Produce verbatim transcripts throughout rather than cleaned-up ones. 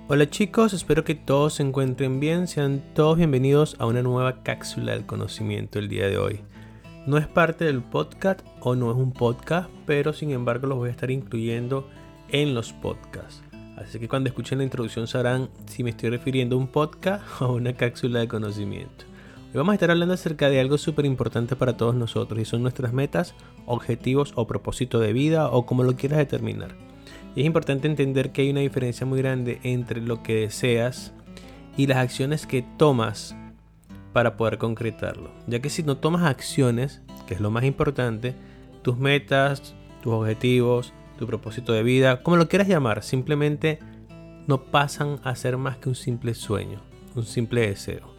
Hola chicos, espero que todos se encuentren bien. Sean todos bienvenidos a una nueva cápsula del conocimiento el día de hoy. No es parte del podcast o no es un podcast, pero sin embargo los voy a estar incluyendo en los podcasts. Así que cuando escuchen la introducción sabrán si me estoy refiriendo a un podcast o a una cápsula de conocimiento. Hoy vamos a estar hablando acerca de algo súper importante para todos nosotros y son nuestras metas, objetivos o propósito de vida o como lo quieras determinar. Y es importante entender que hay una diferencia muy grande entre lo que deseas y las acciones que tomas para poder concretarlo. Ya que si no tomas acciones, que es lo más importante, tus metas, tus objetivos, tu propósito de vida, como lo quieras llamar, simplemente no pasan a ser más que un simple sueño, un simple deseo.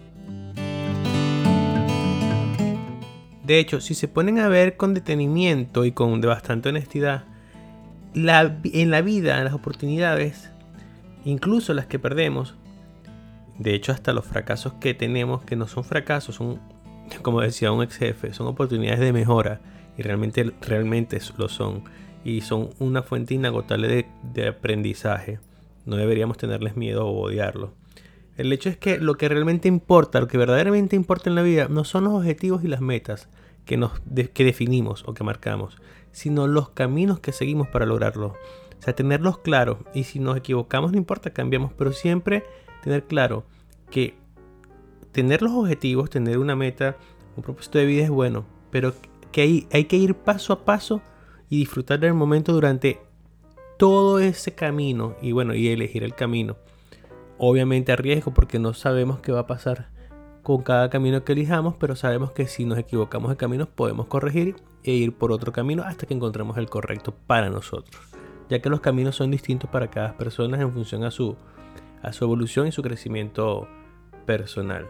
De hecho, si se ponen a ver con detenimiento y con bastante honestidad, La, en la vida, las oportunidades, incluso las que perdemos, de hecho hasta los fracasos que tenemos, que no son fracasos, son, como decía un ex jefe, son oportunidades de mejora y realmente, realmente lo son y son una fuente inagotable de, de aprendizaje. No deberíamos tenerles miedo o odiarlo. El hecho es que lo que realmente importa, lo que verdaderamente importa en la vida, no son los objetivos y las metas que, nos, de, que definimos o que marcamos, sino los caminos que seguimos para lograrlo. O sea, tenerlos claros. Y si nos equivocamos, no importa, cambiamos. Pero siempre tener claro que tener los objetivos, tener una meta, un propósito de vida es bueno. Pero que hay, hay que ir paso a paso y disfrutar del momento durante todo ese camino. Y bueno, y elegir el camino. Obviamente a riesgo porque no sabemos qué va a pasar con cada camino que elijamos, pero sabemos que si nos equivocamos de caminos podemos corregir e ir por otro camino hasta que encontremos el correcto para nosotros, ya que los caminos son distintos para cada persona en función a su, a su evolución y su crecimiento personal.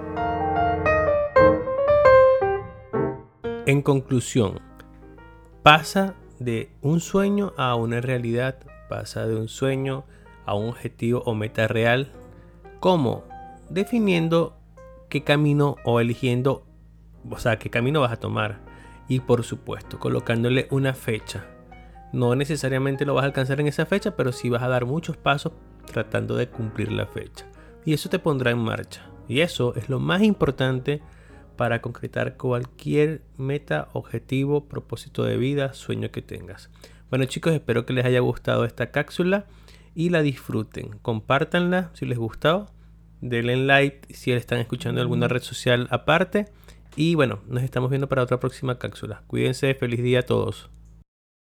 En conclusión, pasa de un sueño a una realidad, pasa de un sueño a un objetivo o meta real. ¿Cómo? Definiendo qué camino o eligiendo, o sea, qué camino vas a tomar. Y por supuesto, colocándole una fecha. No necesariamente lo vas a alcanzar en esa fecha, pero sí vas a dar muchos pasos tratando de cumplir la fecha. Y eso te pondrá en marcha. Y eso es lo más importante para concretar cualquier meta, objetivo, propósito de vida, sueño que tengas. Bueno chicos, espero que les haya gustado esta cápsula y la disfruten. Compártanla si les gustó. Denle like si están escuchando en alguna red social aparte. Y bueno, nos estamos viendo para otra próxima cápsula. Cuídense, feliz día a todos.